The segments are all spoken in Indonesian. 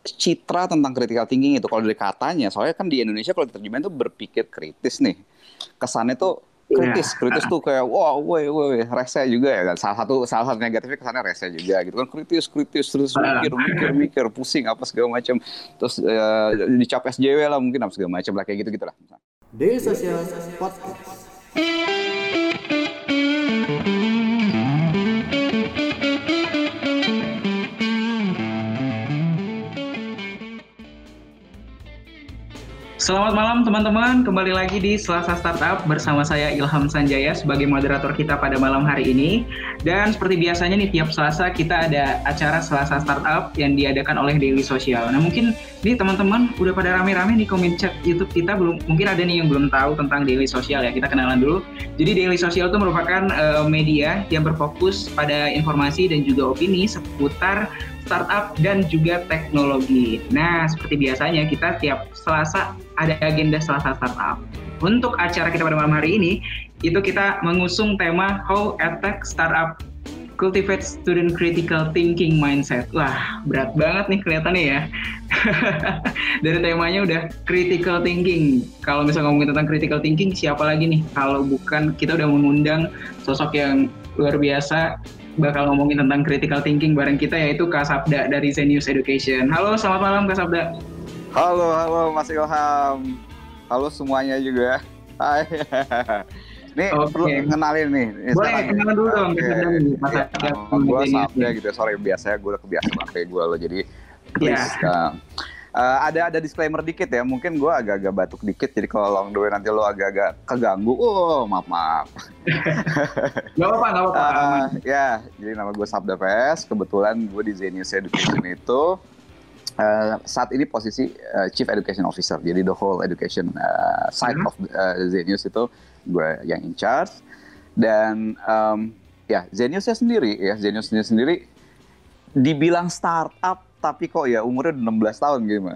citra tentang critical thinking itu kalau dari katanya, soalnya kan di Indonesia kalau diterjemahin tuh berpikir kritis nih. Kesannya tuh Iya. kritis tuh kayak wah, woi, rese juga ya kan. Salah satu negatifnya kesannya rese juga gitu kan, kritis terus mikir, pusing apa segala macam. Terus dicap SJW lah mungkin apa segala macam lah kayak gitu gitulah. Daily Social Podcast. Selamat malam teman-teman, kembali lagi di Selasa Startup bersama saya Ilham Sanjaya sebagai moderator kita pada malam hari ini. Dan seperti biasanya nih tiap Selasa kita ada acara Selasa Startup yang diadakan oleh Daily Social. Nah mungkin nih teman-teman udah pada rame-rame nih komen chat YouTube kita, mungkin ada nih yang belum tahu tentang Daily Social ya, kita kenalan dulu. Jadi Daily Social itu merupakan media yang berfokus pada informasi dan juga opini seputar startup dan juga teknologi. Nah, seperti biasanya kita tiap Selasa ada agenda Selasa Startup. Untuk acara kita pada malam hari ini, itu kita mengusung tema How EdTech Startup Cultivate Student Critical Thinking Mindset. Wah, berat banget nih kelihatannya ya. Dari temanya udah critical thinking. Kalau misalnya ngomongin tentang critical thinking, siapa lagi nih? Kalau bukan kita udah mengundang sosok yang luar biasa, bakal ngomongin tentang critical thinking bareng kita, yaitu Kak Sabda dari Zenius Education. Halo, selamat malam Kak Sabda. Halo Mas Ilham. Halo semuanya juga. Hai. Nih perlu kenalin nih. Boleh kenalan dulu dong. Gue Sabda gitu. Sorry, biasanya gue udah kebiasaan pakai gue lo, jadi please. Ada disclaimer dikit ya. Mungkin gue agak-agak batuk dikit. Jadi kalau along the way nanti lo agak-agak keganggu. Maaf. Gak apa-apa. Ya, jadi nama gue Sabda PS. Kebetulan gue di Zenius Education itu saat ini posisi Chief Education Officer. Jadi the whole education side of Zenius itu gue yang in charge. Dan Zeniusnya sendiri dibilang startup, tapi kok ya umurnya 16 tahun gimana?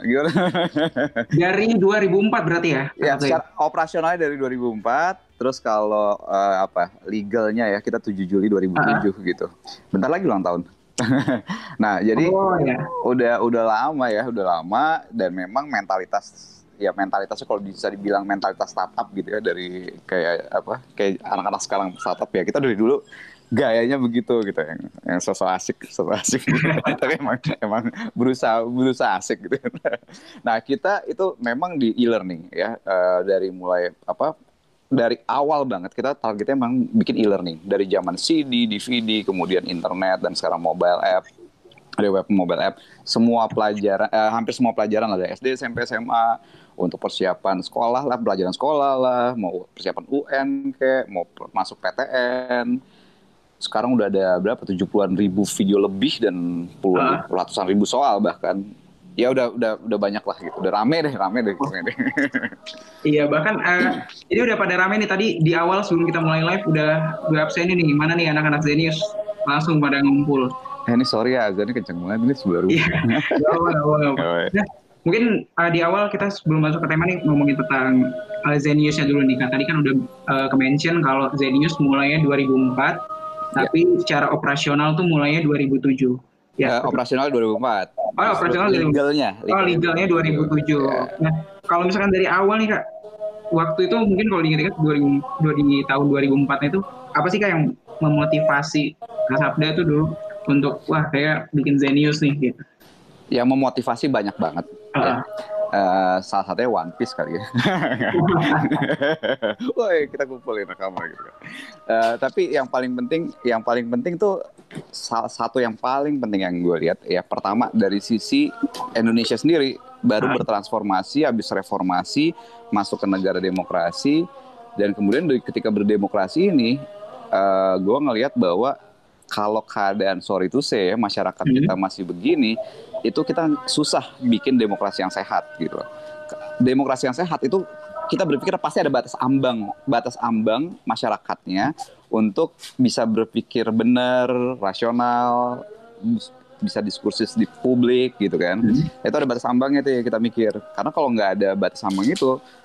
Dari 2004 berarti ya? Ya, secara operasionalnya dari 2004. Terus kalau legalnya ya kita 7 Juli 2007 gitu. Bentar lagi ulang tahun. Nah, jadi udah lama dan memang mentalitasnya kalau bisa dibilang mentalitas startup gitu ya, dari kayak anak-anak sekarang startup ya, kita dari dulu gayanya begitu gitu, yang sosok asik tapi emang berusaha asik gitu. Nah, kita itu memang di e-learning ya, dari awal banget kita targetnya memang bikin e-learning dari zaman CD, DVD, kemudian internet, dan sekarang mobile app. Ada web mobile app. Semua pelajaran, hampir semua pelajaran lah, dari SD, SMP, SMA, untuk persiapan sekolah lah, pelajaran sekolah lah, mau persiapan UN mau masuk PTN. Sekarang udah ada berapa, 70-an ribu video lebih dan ratusan ribu soal bahkan. Ya udah banyak lah gitu. Udah rame deh. Iya, bahkan jadi udah pada rame nih. Tadi di awal sebelum kita mulai live udah gue absen nih, mana nih anak-anak Zenius langsung pada ngumpul. Ini sorry ya, azannya kenceng banget ini baru. Iya. Nah, mungkin di awal kita sebelum masuk ke tema nih ngomongin tentang Zeniusnya dulu nih. Tadi kan udah ke-mention kalau Zenius mulainya 2004, tapi secara operasional tuh mulainya 2007. Ya, operasional 2004. Operasional legalnya 2007. Nah, kalau misalkan dari awal nih Kak, waktu itu mungkin kalau diingat-ingat di tahun 2004 itu apa sih Kak yang memotivasi Kak Sabda tuh dulu untuk kayak bikin Zenius nih gitu? Yang memotivasi banyak banget. Ya. Salah satunya One Piece kali ya. Woi, kita kumpulin rekaman gitu. Tapi yang paling penting tuh salah satu yang paling penting yang gue lihat ya, pertama dari sisi Indonesia sendiri baru bertransformasi, habis reformasi, masuk ke negara demokrasi, dan kemudian ketika berdemokrasi ini, gue ngelihat bahwa kalau keadaan sorry to say masyarakat kita masih begini, itu kita susah bikin demokrasi yang sehat gitu. Demokrasi yang sehat itu kita berpikir pasti ada batas ambang masyarakatnya untuk bisa berpikir benar, rasional, bisa diskursus di publik gitu kan. Itu ada batas ambangnya tuh ya kita mikir. Karena kalau nggak ada batas ambang itu,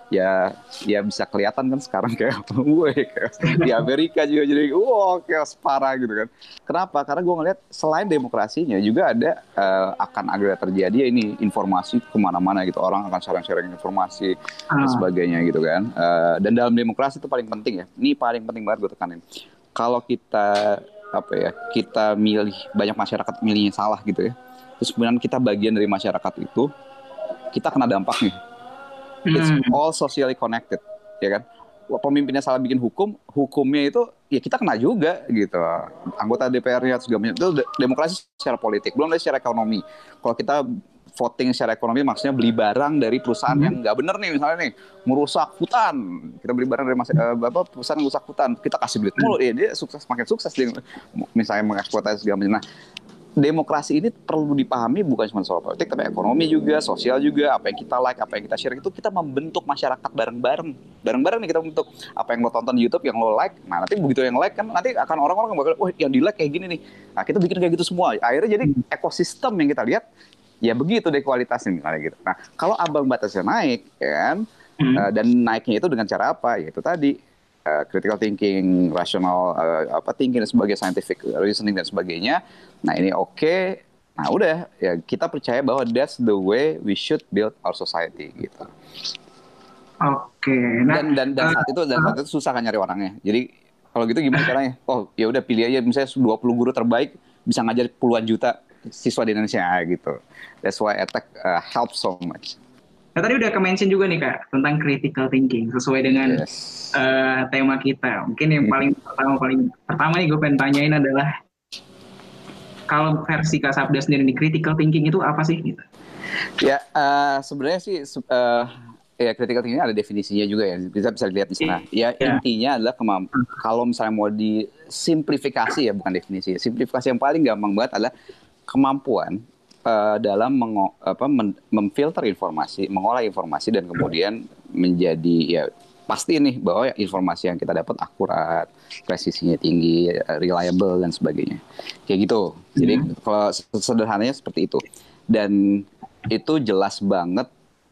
ya ya bisa kelihatan kan sekarang kayak kayak di Amerika juga jadi kayak parah gitu kan. Kenapa? Karena gue ngeliat selain demokrasinya juga ada akan agak terjadi ini informasi kemana-mana gitu, orang akan sharing-sharing informasi dan sebagainya gitu kan. Dan dalam demokrasi itu paling penting ya, ini paling penting banget gue tekanin. Kalau kita kita milih, banyak masyarakat milihnya salah gitu ya, terus kemudian kita bagian dari masyarakat itu, kita kena dampaknya. It's all socially connected, ya kan? Pemimpinnya salah bikin hukumnya itu ya kita kena juga gitu. Anggota DPR-nya segala macam, itu demokrasi secara politik, belum lagi secara ekonomi. Kalau kita voting secara ekonomi maksudnya beli barang dari perusahaan yang nggak bener nih, misalnya nih merusak hutan, kita beli barang dari perusahaan yang merusak hutan, kita kasih duit mulu, dia sukses, makin sukses dia misalnya mengeksploitasi segala macam. Nah, demokrasi ini perlu dipahami bukan cuma soal politik, tapi ekonomi juga, sosial juga. Apa yang kita like, apa yang kita share, itu kita membentuk masyarakat bareng-bareng nih kita membentuk. Apa yang lo tonton di YouTube, yang lo like, nah nanti begitu yang like kan nanti akan orang-orang bakal, yang di like kayak gini nih, nah kita bikin kayak gitu semua. Akhirnya jadi ekosistem yang kita lihat ya begitu deh kualitasnya misalnya gitu. Nah kalau ambang batasnya naik kan, dan naiknya itu dengan cara apa? Yaitu tadi critical thinking, rational thinking dan sebagai scientific reasoning dan sebagainya. Nah ini oke. Nah udah ya kita percaya bahwa that's the way we should build our society gitu. Oke. Nah, dan saat itu susah kan nyari orangnya. Jadi kalau gitu gimana caranya? Oh ya udah pilih aja misalnya 20 guru terbaik bisa ngajar puluhan juta siswa di Indonesia gitu. That's why EdTech helps so much. Nah, tadi udah ke-mention juga nih Kak tentang critical thinking sesuai dengan tema kita. Mungkin yang paling pertama nih gue pengen tanyain adalah kalau versi Kak Sabda sendiri nih, critical thinking itu apa sih gitu? Ya sebenarnya sih ya critical thinking ada definisinya juga ya, bisa dilihat di sana. Ya intinya adalah kalau misalnya mau disimplifikasi ya, bukan definisi. Simplifikasi yang paling gampang banget adalah kemampuan dalam memfilter informasi, mengolah informasi dan kemudian menjadi ya pasti nih bahwa informasi yang kita dapat akurat, presisinya tinggi, reliable dan sebagainya. Kayak gitu. Jadi kalau sederhananya seperti itu. Dan itu jelas banget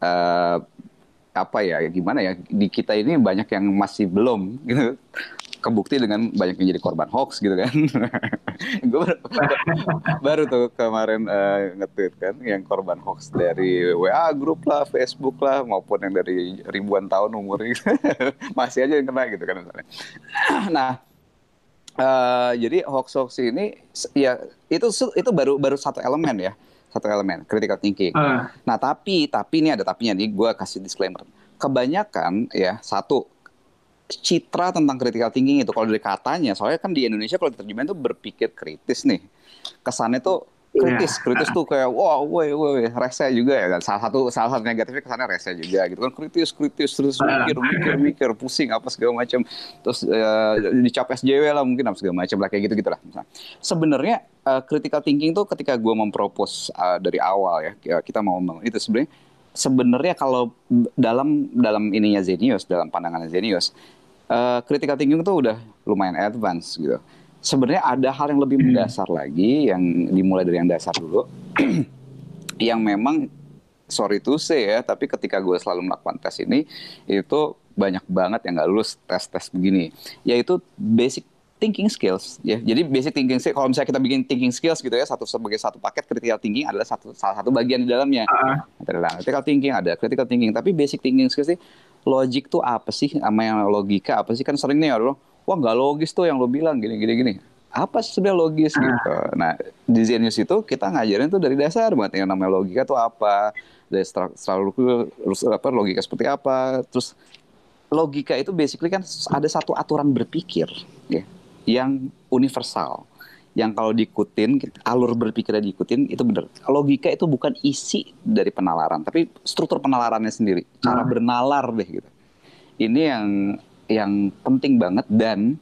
gimana ya, di kita ini banyak yang masih belum gitu kebukti dengan banyak yang jadi korban hoax gitu kan. Gue baru tuh kemarin nge-tweet kan yang korban hoax dari WA grup lah, Facebook lah, maupun yang dari ribuan tahun umurnya masih aja yang kena gitu kan misalnya. Nah jadi hoax ini ya itu baru satu elemen ya, critical thinking. Nah tapi ini ada tapinya nih, gue kasih disclaimer. Kebanyakan ya citra tentang critical thinking itu kalau dari katanya, soalnya kan di Indonesia kalau diterjemahin tuh berpikir kritis nih, kesannya tuh kritis tuh kayak rese juga ya kan, salah satu negatifnya kesannya rese juga gitu kan, kritis terus mikir pusing apa segala macam, terus dicap SJW lah mungkin apa segala macam lah kayak gitu lah. Sebenarnya critical thinking tuh ketika gue mempropose dari awal ya kita mau membangun itu, sebenarnya kalau dalam ininya Zenius, dalam pandangan Zenius, critical thinking itu udah lumayan advance gitu. Sebenarnya ada hal yang lebih mendasar lagi, yang dimulai dari yang dasar dulu, yang memang sorry to say ya, tapi ketika gue selalu melakukan tes ini, itu banyak banget yang nggak lulus tes begini, yaitu basic thinking skills ya. Jadi basic thinking skills, kalau misalnya kita bikin thinking skills gitu ya, sebagai satu paket, critical thinking adalah salah satu bagian di dalamnya. Ada critical thinking, ada critical thinking, tapi basic thinking skills sih, logik tuh apa sih, sama yang logika apa sih, kan sering nih orang, wah nggak logis tuh yang lo bilang gini. Apa sih sebenarnya logis gitu. Nah di Zenius itu kita ngajarin tuh dari dasar banget yang namanya logika tuh apa, dari struktur logika seperti apa. Terus logika itu basically kan ada satu aturan berpikir ya, yang universal, yang kalau diikutin, alur berpikirnya diikutin, itu benar. Logika itu bukan isi dari penalaran, tapi struktur penalarannya sendiri, cara bernalar deh gitu. Ini yang penting banget, dan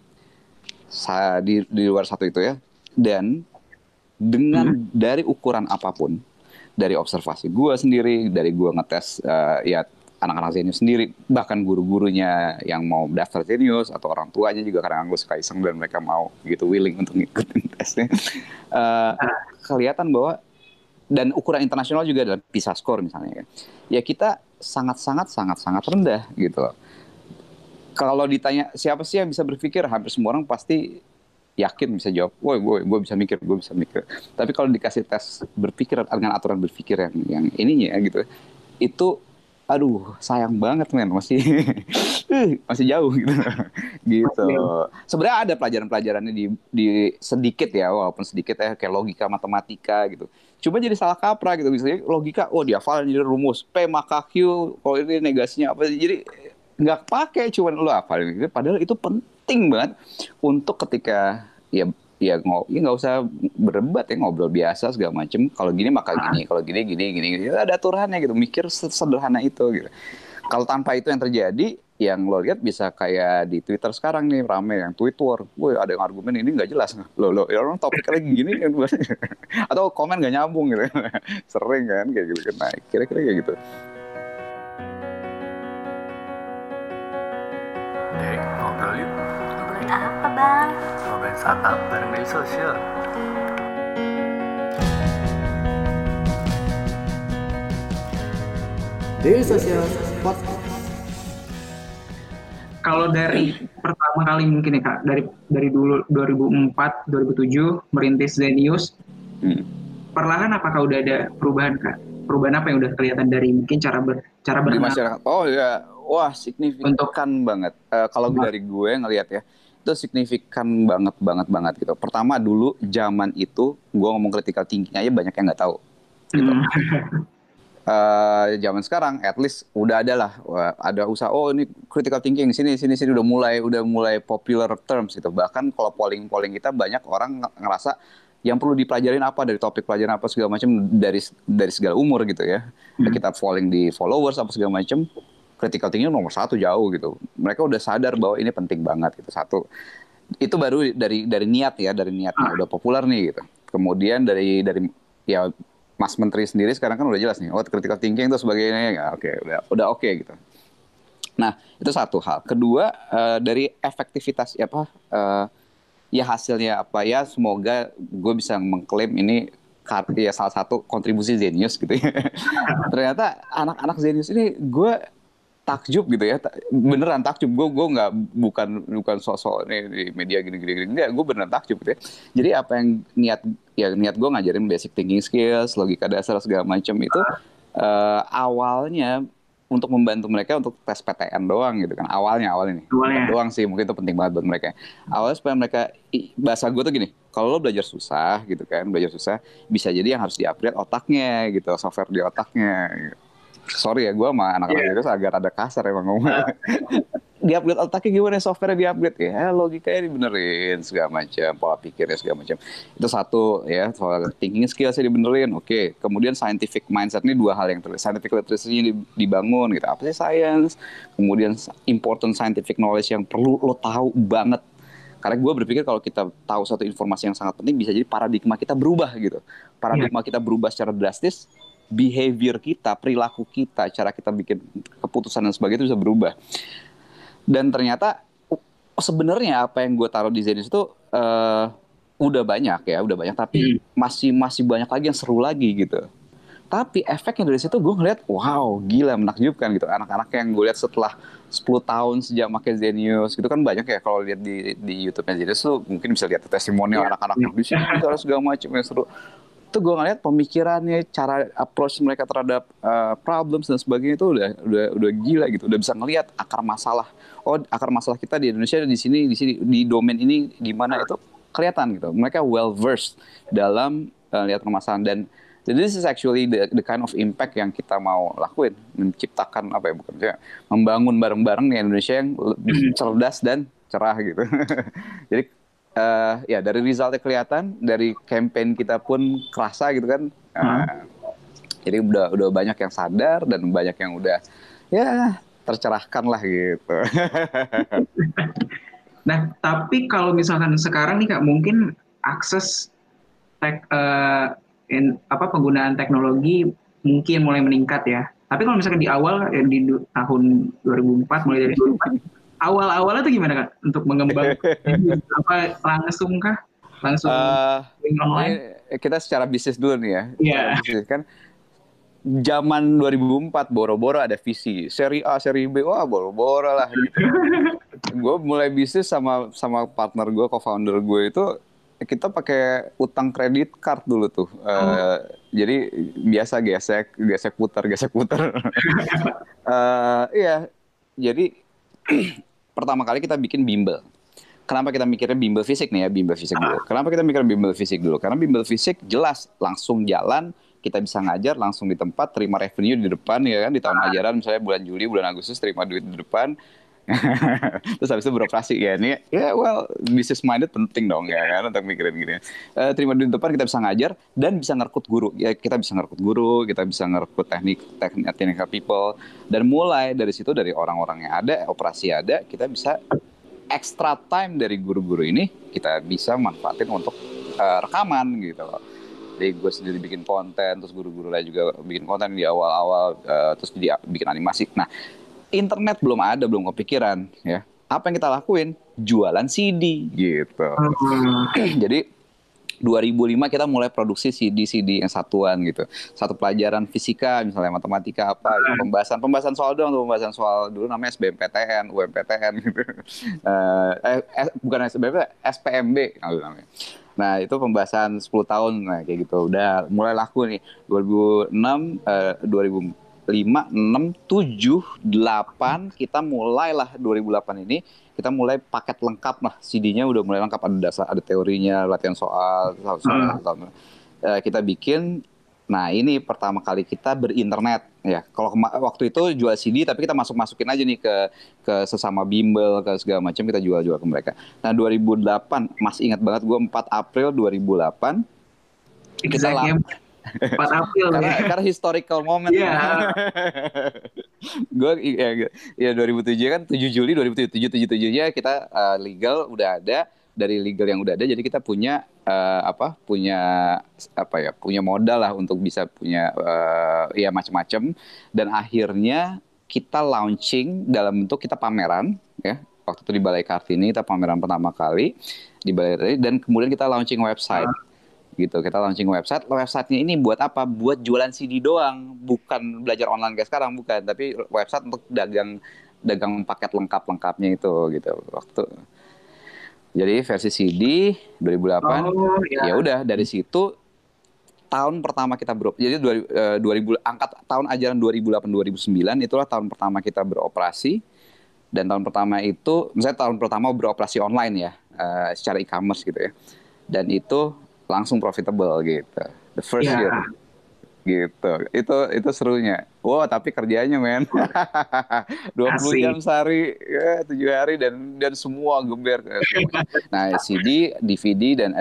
di luar satu itu ya, dan dengan dari ukuran apapun, dari observasi gue sendiri, dari gue ngetes ya anak-anak Zenius sendiri, bahkan guru-gurunya yang mau daftar Zenius atau orang tuanya juga kadang-kadang gue suka iseng dan mereka mau gitu willing untuk ngikutin tesnya, kelihatan bahwa dan ukuran internasional juga dalam PISA score misalnya ya kita sangat rendah gitu loh. Kalau ditanya siapa sih yang bisa berpikir, hampir semua orang pasti yakin bisa jawab, woi gue bisa mikir. Tapi kalau dikasih tes berpikir dengan aturan berpikir yang ininya gitu, itu aduh sayang banget men, masih masih jauh gitu. Gitu. Sebenarnya ada pelajaran-pelajarannya di sedikit ya, walaupun sedikit ya, kayak logika matematika gitu. Cuma jadi salah kaprah gitu, misalnya logika, dihafal jadi rumus P maka Q, kalau ini negasinya apa, jadi nggak pakai, cuman lo hafalin gitu. Padahal itu penting banget untuk ketika ya nggak usah berdebat ya, ngobrol biasa segala macem. Kalau gini maka gini, kalau gini. Ada aturannya gitu. Mikir sederhana itu gitu. Kalau tanpa itu yang terjadi, yang lo lihat bisa kayak di Twitter sekarang nih rame yang tweet war. Woi ada yang argumen ini nggak jelas. Lo ya orang topik lagi gini kan, atau komen nggak nyambung gitu. Sering kan kayak gitu. Nah kira-kira kayak gitu. Dek, ngobrol yuk. Ngobrolin apa, Bang? Ngobrolin startup bareng Daily Social. Daily Social Podcast. Kalau dari pertama kali mungkin ya Kak, dari dulu 2004, 2007 merintis Zenius, perlahan apakah udah ada perubahan Kak? Perubahan apa yang udah kelihatan dari mungkin cara di masyarakat? Oh ya, wah signifikan banget. Kalau dari gue ngelihat ya, itu signifikan banget gitu. Pertama dulu zaman itu, gue ngomong critical thinking aja banyak yang nggak tahu. Gitu. Zaman sekarang, at least udah ada lah, ada usaha. Oh ini critical thinking sini udah mulai popular terms gitu. Bahkan kalau polling kita banyak orang ngerasa yang perlu dipelajarin apa dari topik pelajaran apa segala macam dari segala umur gitu ya. Kita polling di followers apa segala macam, critical thinking nomor 1 jauh gitu. Mereka udah sadar bahwa ini penting banget gitu. Satu, itu baru dari niat ya, dari niatnya udah populer nih gitu. Kemudian dari ya Mas Menteri sendiri sekarang kan udah jelas nih, critical thinking itu sebagainya ya, udah oke gitu. Nah itu satu hal. Kedua dari efektivitas ya hasilnya apa ya, semoga gue bisa mengklaim ini ya salah satu kontribusi Zenius gitu ya. Ternyata anak-anak Zenius ini gue takjub gitu ya, beneran takjub. Gue nggak bukan sosok nih di media gini enggak, gue beneran takjub gitu ya. Jadi apa yang niat gue ngajarin basic thinking skills, logika dasar segala macam itu awalnya untuk membantu mereka untuk tes PTN doang gitu kan, awalnya nih doang sih, mungkin itu penting banget buat mereka. Awalnya supaya mereka, bahasa gue tuh gini, kalau lo belajar susah gitu kan, bisa jadi yang harus di-upgrade otaknya gitu, software di otaknya gitu. Sorry ya, gue sama anak-anak itu agak rada kasar emang ngomong. Di-upgrade otaknya gimana, software di-upgrade ya, logikanya dibenerin segala macam, pola pikirnya segala macam. Itu satu ya, soal thinking skillsnya dibenerin. Oke. Kemudian scientific mindset ini dua hal yang scientific literacy-nya dibangun gitu. Apa sih science? Kemudian important scientific knowledge yang perlu lo tahu banget. Karena gue berpikir kalau kita tahu satu informasi yang sangat penting, bisa jadi paradigma kita berubah gitu. Paradigma kita berubah secara drastis, behavior kita, perilaku kita, cara kita bikin keputusan dan sebagainya itu bisa berubah. Dan ternyata sebenarnya apa yang gue taruh di Zenius itu udah banyak, tapi masih banyak lagi yang seru lagi gitu. Tapi efeknya dari situ gue ngeliat, wow gila, menakjubkan gitu. Anak-anak yang gue lihat setelah 10 tahun sejak pakai Zenius gitu kan banyak ya, kalau lihat di YouTube-nya Zenius tuh mungkin bisa lihat testimonial anak-anak yang di sini harus segala macam yang seru. Itu gue ngeliat pemikirannya, cara approach mereka terhadap problems dan sebagainya itu udah gila gitu. Udah bisa ngelihat akar masalah. Oh, akar masalah kita di Indonesia di sini di domain ini gimana, itu kelihatan gitu. Mereka well versed dalam lihat permasalahan, dan this is actually the kind of impact yang kita mau lakuin, menciptakan membangun bareng-bareng di Indonesia yang lebih cerdas dan cerah gitu. Jadi ya dari resultnya kelihatan, dari campaign kita pun kerasa gitu kan. Jadi udah banyak yang sadar dan banyak yang udah ya tercerahkan lah gitu. Nah, tapi kalau misalkan sekarang nih Kak, mungkin akses penggunaan teknologi mungkin mulai meningkat ya. Tapi kalau misalkan di awal di tahun 2004, mulai dari 2004, awal-awalnya tuh gimana Kak untuk mengembang? Langsung kah? Langsung online? kita secara bisnis dulu nih ya. Iya. Secara bisnis kan zaman 2004 boro-boro ada visi seri A, seri B, wah boro-boro lah gitu. Gue mulai bisnis sama partner gue, co-founder gue itu kita pakai utang kredit card dulu tuh. Jadi biasa gesek putar. Iya. Jadi pertama kali kita bikin bimbel. Kenapa kita mikirnya bimbel fisik nih ya, bimbel fisik dulu. Kenapa kita mikir bimbel fisik dulu? Karena bimbel fisik jelas langsung jalan, kita bisa ngajar langsung di tempat, terima revenue di depan ya kan, di tahun ajaran misalnya bulan Juli, bulan Agustus terima duit di depan. Terus habis itu beroperasi ya. Ini ya business minded penting dong ya kan untuk mikirin gini. Terima duit di depan, kita bisa ngajar dan bisa ngerekrut guru. Ya kita bisa ngerekrut guru, kita bisa ngerekrut technical people, dan mulai dari situ, dari orang-orang yang ada, operasi ada, kita bisa extra time dari guru-guru ini kita bisa manfaatin untuk rekaman gitu loh. Jadi gue sendiri bikin konten, terus guru-guru lain juga bikin konten di awal-awal, terus dia bikin animasi. Nah, internet belum ada, belum kepikiran ya. Apa yang kita lakuin? Jualan CD gitu. Jadi 2005 kita mulai produksi CD yang satuan gitu. Satu pelajaran fisika, misalnya matematika apa, pembahasan soal doang tuh, pembahasan soal dulu namanya SBMPTN, UMPTN gitu. Bukan SBMPTN, SPMB namanya. Nah, itu pembahasan 10 tahun kayak gitu. Udah mulai laku nih. 2006, 2005, 6, 7, 8 kita mulailah 2008 ini kita mulai paket lengkap lah, CD-nya udah mulai lengkap, ada dasar, ada teorinya, latihan soal. Kita bikin. Nah, ini pertama kali kita berinternet ya. Kalau waktu itu jual CD tapi kita masukin aja nih ke sesama bimbel, ke segala macam, kita jual ke mereka. Nah, 2008 masih ingat banget gue, 4 April 2008 kita 4 April karena historical moment. Yeah. Gue ya 2007 kan, 7 Juli 2007 kita legal udah ada. Dari legal yang udah ada, jadi kita punya punya modal lah untuk bisa punya ya macam-macam. Dan akhirnya kita launching dalam bentuk kita pameran ya. Waktu itu di Balai Kartini kita pameran pertama kali di Balai Kartini, dan kemudian kita launching website. Gitu, kita launching websitenya ini buat apa? Buat jualan CD doang, bukan belajar online kayak sekarang, bukan, tapi website untuk dagang paket lengkapnya itu gitu waktu. Jadi versi CD 2008, ya udah dari situ tahun pertama kita jadi 2000 angkat tahun ajaran 2008-2009 itulah tahun pertama kita beroperasi. Dan tahun pertama itu, misalnya tahun pertama beroperasi online ya, secara e-commerce gitu ya, dan itu langsung profitable gitu. The first year. Gitu. Itu serunya. Wow, tapi kerjanya men. 20 jam sehari, 7 hari dan semua geber. Nah, CD, DVD dan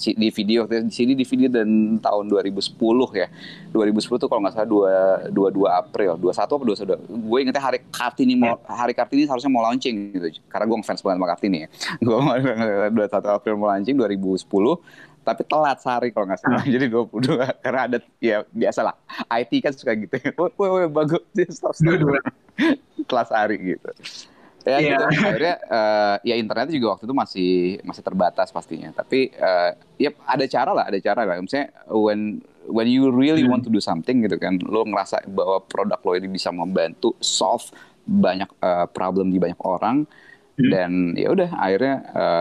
CD dan tahun 2010 ya. 2010 tuh kalau nggak salah 22 April, 21 apa 22. Gue ingetnya hari Kartini harusnya mau launching gitu. Karena gue ngefans banget sama Kartini ya. Gue 21 April mau launching 2010. Tapi telat sehari kalau nggak salah, jadi 22 karena ada ya biasalah IT kan suka gitu. Woi bagus stop kelas hari gitu. Ya gitu. Akhirnya ya internetnya juga waktu itu masih terbatas pastinya. Tapi ya ada cara lah. Misalnya when you really want to do something gitu kan, lo ngerasa bahwa produk lo ini bisa membantu solve banyak problem di banyak orang, dan ya udah akhirnya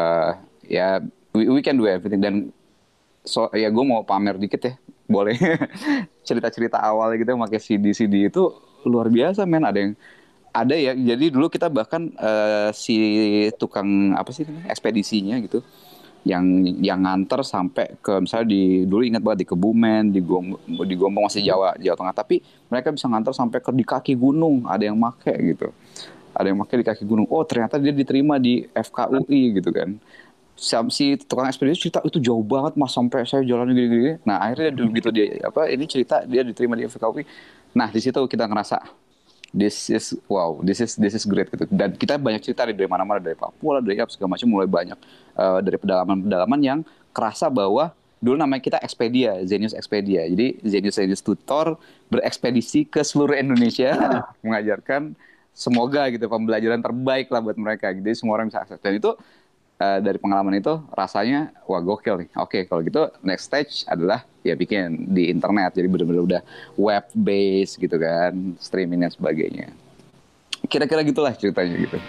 ya we can do everything. Dan ya gue mau pamer dikit ya, boleh. Cerita-cerita awal gitu pakai CD itu luar biasa men. Ada ya, jadi dulu kita bahkan si tukang apa sih ekspedisinya gitu yang nganter sampai ke misalnya dulu ingat banget di Kebumen, di Gombong masih Jawa Tengah, tapi mereka bisa nganter sampai di kaki gunung, ada yang make gitu. Ada yang make di kaki gunung. Oh, ternyata dia diterima di FKUI gitu kan. Si tukang ekspedisi cerita itu jauh banget mas, sampai saya jalan gini-gini. Nah akhirnya begitu dia ini cerita dia diterima di FKUI. Nah di situ kita ngerasa this is great gitu. Dan kita banyak cerita dari mana-mana, dari Papua, dari segala macam, mulai banyak dari pedalaman yang kerasa bahwa dulu namanya kita Expedia, Zenius Expedia. Jadi Zenius Tutor berekspedisi ke seluruh Indonesia mengajarkan, semoga gitu pembelajaran terbaik lah buat mereka. Jadi semua orang bisa akses. Dan itu dari pengalaman itu rasanya wah gokil nih. Oke, kalau gitu next stage adalah ya bikin di internet. Jadi benar-benar udah web based gitu kan, streaming dan sebagainya. Kira-kira gitulah ceritanya gitu.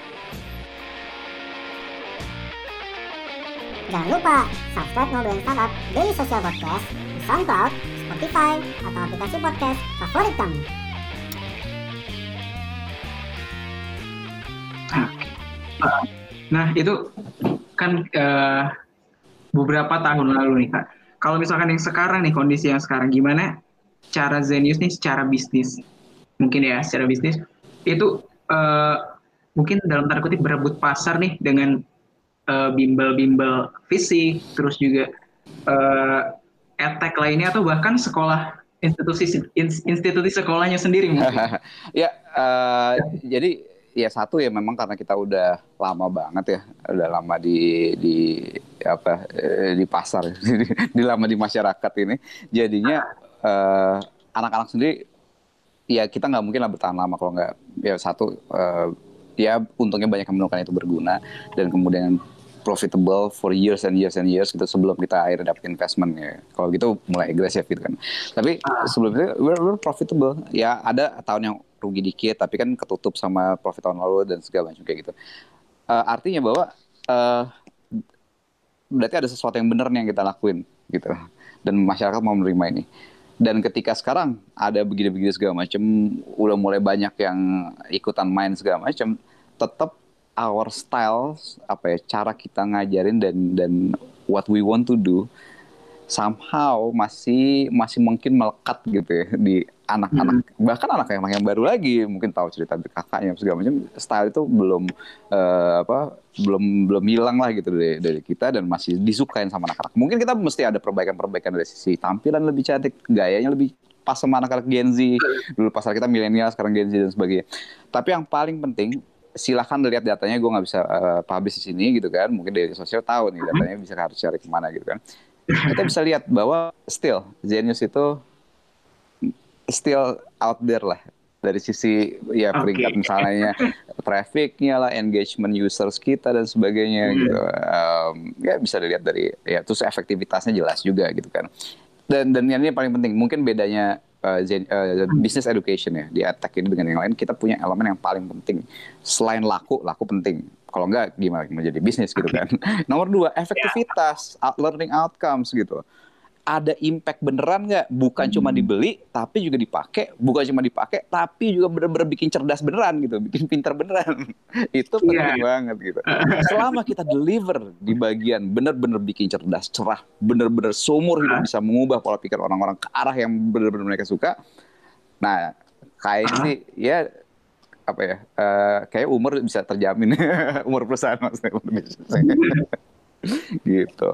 Jangan lupa subscribe Ngobrolin Startup Daily Social Podcast di SoundCloud, Spotify, atau aplikasi podcast favorit kamu. Nah, itu kan beberapa tahun lalu nih, Kak. Kalau misalkan yang sekarang nih, kondisi yang sekarang, gimana cara Zenius nih secara bisnis? Mungkin ya, secara bisnis, itu mungkin dalam tanda kutip berebut pasar nih dengan bimbel-bimbel fisik, terus juga edtech lainnya, atau bahkan sekolah, institusi sekolahnya sendiri mungkin. Ya, jadi ya satu ya memang karena kita udah lama banget ya, udah lama di pasar, di lama di masyarakat ini, jadinya anak-anak sendiri ya kita nggak mungkin lah bertahan lama kalau nggak ya satu ya untungnya banyak yang menemukan itu berguna dan kemudian profitable for years and years and years gitu sebelum kita akhirnya dapat investment ya. Kalau gitu mulai agresif gitu kan. Tapi sebelum itu we're profitable. Ya ada tahun yang rugi dikit tapi kan ketutup sama profit tahun lalu dan segala macam kayak gitu. Artinya bahwa berarti ada sesuatu yang benar nih yang kita lakuin gitu. Dan masyarakat mau menerima ini. Dan ketika sekarang ada begini-begini segala macam, udah mulai banyak yang ikutan main segala macam, tetap our style cara kita ngajarin dan what we want to do somehow masih mungkin melekat gitu ya di anak-anak bahkan anak yang baru lagi mungkin tahu cerita kakaknya segala macam style itu belum hilang lah gitu dari kita dan masih disukain sama anak-anak. Mungkin kita mesti ada perbaikan dari sisi tampilan lebih cantik, gayanya lebih pas sama anak-anak Gen Z. Dulu pasar kita milenial, sekarang Gen Z dan sebagainya. Tapi yang paling penting silahkan lihat datanya, gue nggak bisa publish di sini gitu kan, mungkin dari sosial tahu nih datanya bisa harus cari kemana gitu kan. Kita bisa lihat bahwa still Zenius itu still out there lah dari sisi ya peringkat misalnya trafficnya lah, engagement users kita dan sebagainya gitu. Ya bisa dilihat dari ya terus efektivitasnya jelas juga gitu kan. Dan ini yang paling penting mungkin bedanya business education ya di edtech ini dengan yang lain, kita punya elemen yang paling penting selain laku penting, kalau enggak gimana menjadi bisnis gitu kan. Nomor 2 efektivitas, learning outcomes gitu, ada impact beneran nggak, bukan cuma dibeli tapi juga dipakai, bukan cuma dipakai tapi juga bener-bener bikin cerdas beneran gitu, bikin pintar beneran. Itu penting banget gitu. Selama kita deliver di bagian bener-bener bikin cerdas, cerah, bener-bener seumur hidup bisa mengubah pola pikir orang-orang ke arah yang bener-bener mereka suka. Nah kayak sih ya kayak umur bisa terjamin. Umur perusahaan maksudnya gitu.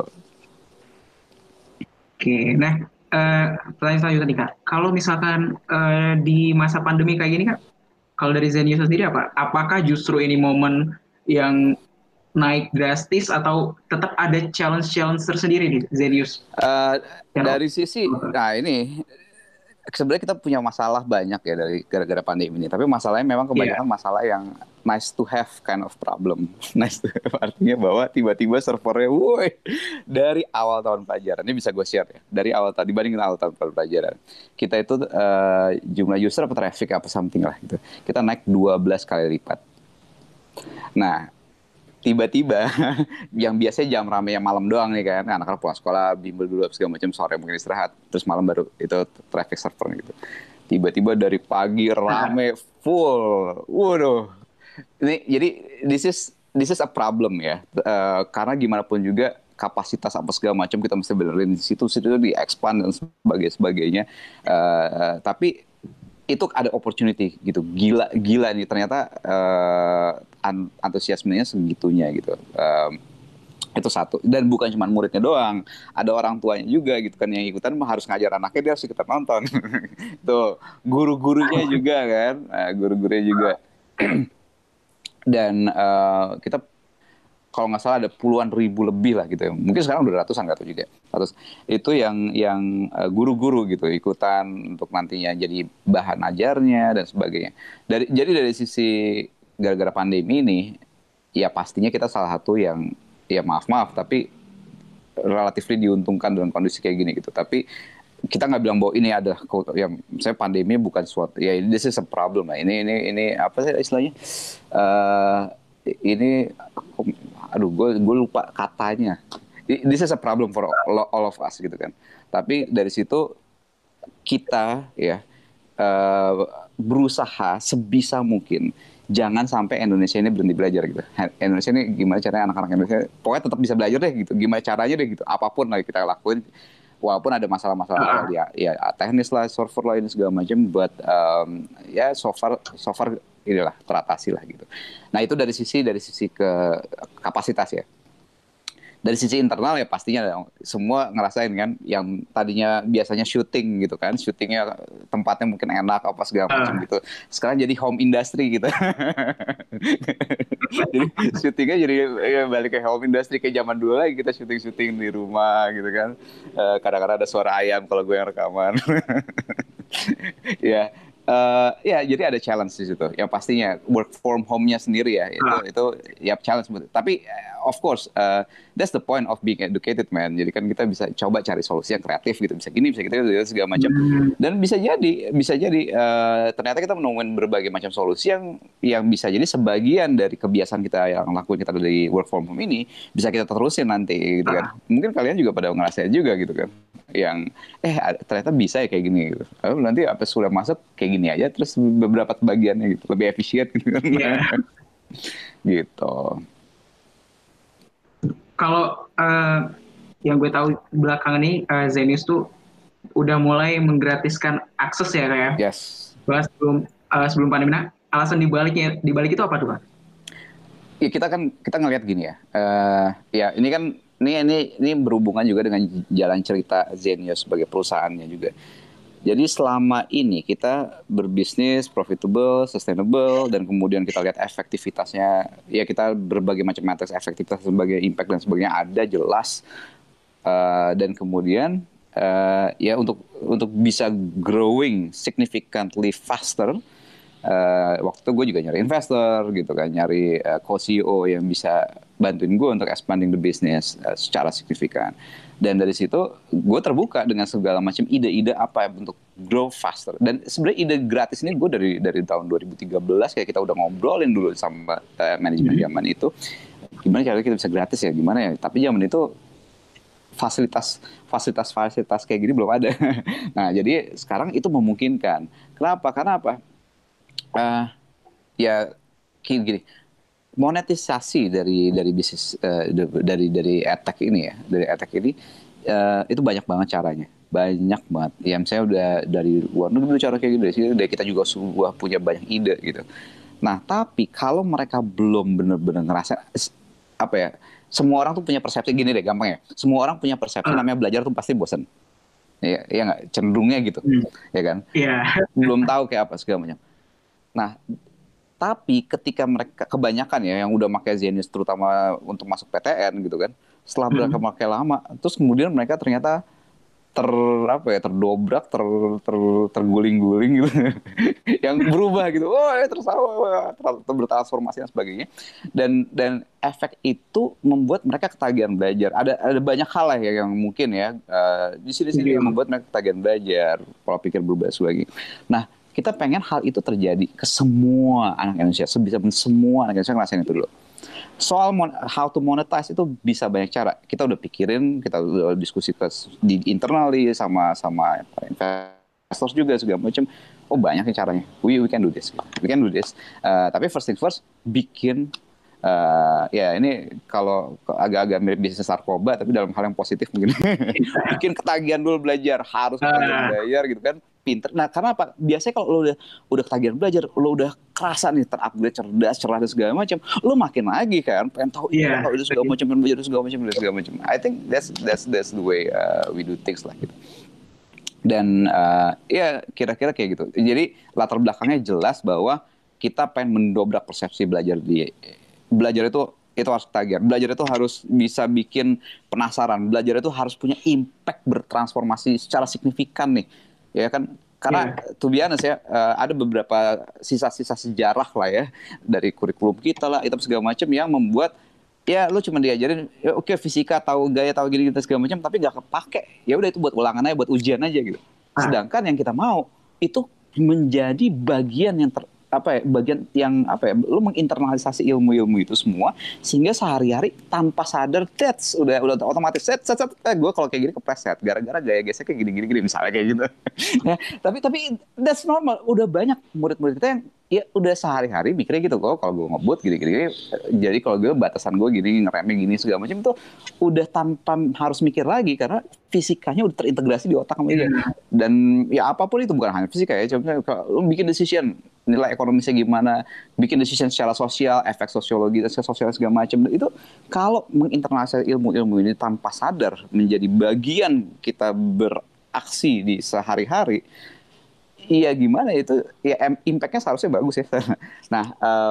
Oke, nah pertanyaan selanjutnya nih Kak, kalau misalkan di masa pandemi kayak gini Kak, kalau dari Zenius sendiri apakah justru ini momen yang naik drastis atau tetap ada challenge tersendiri nih Zenius? Dari sisi, nah ini sebenarnya kita punya masalah banyak ya dari gara-gara pandemi ini. Tapi masalahnya memang kebanyakan masalah yang nice to have kind of problem. Nice to have artinya bahwa tiba-tiba servernya, dari awal tahun pelajaran, ini bisa gue share ya. Dari awal dibandingin awal tahun pelajaran, kita itu jumlah user atau traffic apa something lah gitu, kita naik 12 kali lipat. Nah, tiba-tiba yang biasanya jam rame yang malam doang nih kan, anak-anak pulang sekolah bimbel dulu segala macam, sore mungkin istirahat, terus malam baru itu traffic server gitu. Tiba-tiba dari pagi rame full. Waduh. Ini jadi this is a problem ya. Karena gimana pun juga kapasitas apa segala macam kita mesti benerin di situ di expand dan sebagainya. Tapi itu ada opportunity gitu, gila nih ternyata antusiasmenya segitunya gitu. Itu satu, dan bukan cuma muridnya doang, ada orang tuanya juga gitu kan yang ikutan, harus ngajar anaknya, dia harus ikutan nonton. Tuh guru-gurunya juga kan, guru-gurunya juga. Dan kita kalau nggak salah ada puluhan ribu lebih lah gitu ya. Mungkin sekarang udah ratusan, nggak tahu juga. Itu yang guru-guru gitu ikutan untuk nantinya jadi bahan ajarnya dan sebagainya. Jadi dari sisi gara-gara pandemi ini, ya pastinya kita salah satu yang ya maaf tapi relatif diuntungkan dengan kondisi kayak gini gitu. Tapi kita nggak bilang bahwa ini ada yang saya pandemi bukan suatu ya this is a problem lah. Ini apa sih istilahnya? Ini aduh gue lupa katanya. This is a problem for all of us gitu kan. Tapi dari situ kita ya berusaha sebisa mungkin jangan sampai Indonesia ini berhenti belajar gitu. Indonesia ini gimana caranya anak-anak Indonesia pokoknya tetap bisa belajar deh gitu. Gimana caranya deh gitu. Apapun lah kita lakuin. Walaupun ada masalah-masalah ya teknis lah, server lah ini segala macam, buat ya so far inilah teratasi lah gitu. Nah itu dari sisi ke kapasitas ya. Dari sisi internal ya pastinya semua ngerasain kan, yang tadinya biasanya syuting gitu kan, syutingnya tempatnya mungkin enak apa segala macam gitu. Sekarang jadi home industry gitu. Jadi syutingnya jadi ya, balik ke home industry kayak zaman dulu lagi, kita syuting di rumah gitu kan. Kadang-kadang ada suara ayam kalau gue yang rekaman. Ya. Ya jadi ada challenge di situ. Yang pastinya work from home-nya sendiri ya itu ya challenge. Tapi of course that's the point of being educated man. Jadi kan kita bisa coba cari solusi yang kreatif gitu. Bisa gini, bisa gitu segala macam. Dan bisa jadi ternyata kita menemukan berbagai macam solusi yang bisa jadi sebagian dari kebiasaan kita yang lakuin kita dari work from home ini bisa kita terusin nanti gitu kan. Mungkin kalian juga pada ngerasain juga gitu kan. Yang ternyata bisa ya kayak gini gitu. Lalu nanti apa sudah masuk kayak gini aja, terus beberapa bagiannya gitu lebih efisien gitu kan. Gitu. Kalau yang gue tahu belakangan ini Zenius tuh udah mulai menggratiskan akses ya kayak. Yes. Bahas sebelum pandemi. Nah, alasan dibalik itu apa tuh Pak? Ya kita ngelihat gini ya. Ya ini kan ini berhubungan juga dengan jalan cerita Zenius sebagai perusahaannya juga. Jadi selama ini kita berbisnis profitable, sustainable, dan kemudian kita lihat efektivitasnya, ya kita berbagai macam matriks efektivitas sebagai impact dan sebagainya ada jelas, dan kemudian ya untuk bisa growing significantly faster. Waktu itu gue juga nyari investor gitu kan, nyari co-CEO yang bisa bantuin gue untuk expanding the business secara signifikan. Dan dari situ gue terbuka dengan segala macam ide-ide apa untuk grow faster. Dan sebenarnya ide gratis ini gue dari tahun 2013 kayak kita udah ngobrolin dulu sama manajemen zaman itu. Gimana caranya kita bisa gratis ya, gimana ya. Tapi zaman itu fasilitas kayak gini belum ada. Nah jadi sekarang itu memungkinkan. Kenapa? Karena apa? Ya gini, monetisasi dari bisnis dari edtech ini ya, dari edtech ini itu banyak banget caranya, banyak banget. Ya misalnya udah dari luar negeri cara kayak gitu, dari kita juga punya banyak ide gitu. Nah tapi kalau mereka belum benar-benar ngerasa apa ya, semua orang tuh punya persepsi gini deh, gampang ya. Semua orang punya persepsi namanya belajar tuh pasti bosan. Ya nggak, cenderungnya gitu, ya kan? Belum tahu kayak apa segala macam. Nah, tapi ketika mereka kebanyakan ya yang udah pakai Zenius terutama untuk masuk PTN gitu kan, setelah mereka pakai lama, terus kemudian mereka ternyata terdobrak, terguling-guling gitu, yang berubah gitu, bertransformasi dan sebagainya, dan efek itu membuat mereka ketagihan belajar. Ada banyak hal lah ya yang mungkin ya di sini yang membuat mereka ketagihan belajar, pola pikir berubah sebagainya. Nah kita pengen hal itu terjadi ke semua anak Indonesia, sebisa mungkin semua anak Indonesia ngerasain itu dulu. Soal how to monetize itu bisa banyak cara. Kita udah pikirin, kita udah diskusi di internal sama investors juga segala macam. Oh banyak nih caranya. We can do this. Tapi first thing first, bikin ya ini kalau agak-agak mirip bisnis narkoba, tapi dalam hal yang positif mungkin. Bikin ketagihan dulu belajar, harus ketagihan belajar gitu kan. Pinter. Nah, karena apa? Biasanya kalau lo udah ketagihan belajar, lo udah kerasa nih terupgrade, cerdas dan segala macam, lo makin lagi kan pengen tahu itu segala macam, pengen belajar segala macam. I think that's the way we do things lah gitu. Dan ya kira-kira kayak gitu. Jadi latar belakangnya jelas bahwa kita pengen mendobrak persepsi belajar itu harus ketagihan. Belajar itu harus bisa bikin penasaran. Belajar itu harus punya impact bertransformasi secara signifikan nih. Ya kan, karena to be honest ya, ada beberapa sisa-sisa sejarah lah ya dari kurikulum kita lah, itu segala macam yang membuat ya lu cuma diajarin ya oke fisika tahu gaya tahu gini gitu segala macam tapi nggak kepake, ya udah itu buat ulangan aja, buat ujian aja gitu. Sedangkan yang kita mau itu menjadi bagian yang bagian yang lu menginternalisasi ilmu-ilmu itu semua sehingga sehari-hari tanpa sadar udah otomatis gue kalau kayak gini kepleset gara-gara gaya geseknya gini misalnya kayak gitu. Ya, tapi that's normal. Udah banyak murid-murid kita yang ya udah sehari-hari mikirnya gitu kok, kalau gue ngebut gini jadi kalau gue batasan gue gini, ngeremnya gini segala macam itu udah tanpa harus mikir lagi karena fisikanya udah terintegrasi di otak sama dia. Dan ya apapun itu bukan hanya fisika ya, contohnya kalau lu bikin decision nilai ekonomisnya gimana, bikin decision secara sosial, efek sosiologi, sosial segala macam itu kalau menginternalisasi ilmu-ilmu ini tanpa sadar menjadi bagian kita beraksi di sehari-hari, iya gimana itu ya impact-nya seharusnya bagus ya. Nah,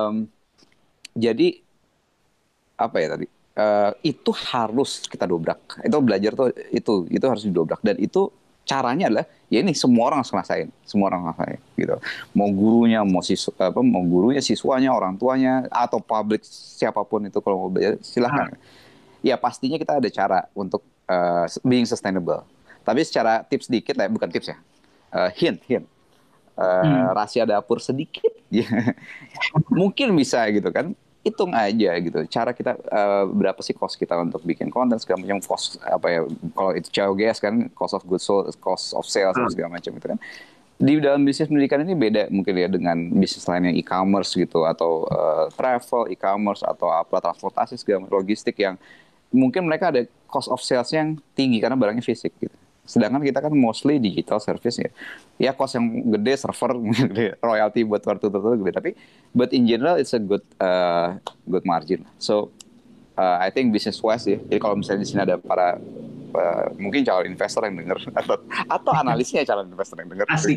jadi apa ya tadi? Itu harus kita dobrak. Itu belajar tuh itu harus didobrak dan itu caranya adalah ya ini semua orang harus ngerasain gitu. Mau gurunya, mau gurunya, siswanya, orang tuanya atau publik siapapun itu kalau mau belajar silakan. Ya pastinya kita ada cara untuk being sustainable. Tapi secara tips sedikit lah, bukan tips ya. Hint. Rahasia dapur sedikit mungkin bisa gitu kan, hitung aja gitu cara kita berapa sih cost kita untuk bikin konten segala macam, cost kalau itu COGS kan, cost of goods sold, cost of sales segala macam itu kan. Di dalam bisnis pendidikan ini beda mungkin ya dengan bisnis lainnya e-commerce gitu atau travel e-commerce atau transportasi segala logistik yang mungkin mereka ada cost of sales yang tinggi karena barangnya fisik gitu. Sedangkan kita kan mostly digital service ya. Ya cost yang gede server, royalty buat kartu tertentu gede. Tapi but in general it's a good margin. So I think business wise ya. Jadi kalau misalnya di sini ada para mungkin calon investor yang dengar atau analisnya calon investor yang dengar. Asik.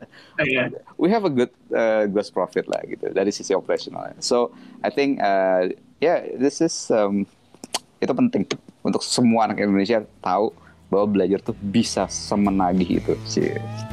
We have a good gross profit lah gitu dari sisi operasional. So I think this is itu penting untuk semua anak Indonesia tahu bahwa belajar tuh bisa semenagih itu sih.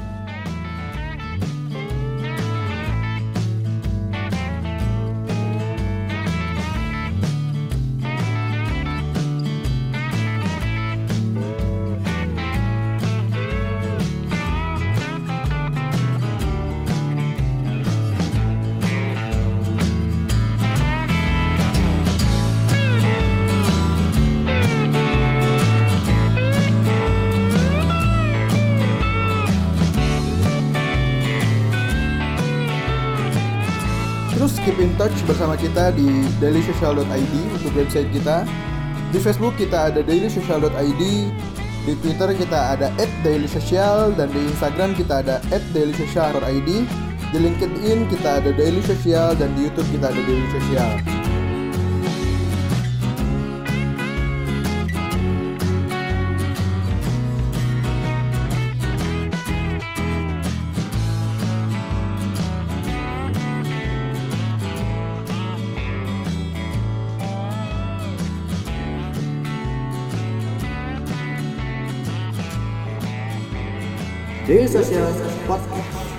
Keep in touch bersama kita di dailysocial.id untuk website kita. Di Facebook kita ada dailysocial.id, di Twitter kita ada @dailysocial dan di Instagram kita ada @dailysocial.id. Di LinkedIn kita ada Daily Social dan di YouTube kita ada Daily Social. Daily Social Podcast.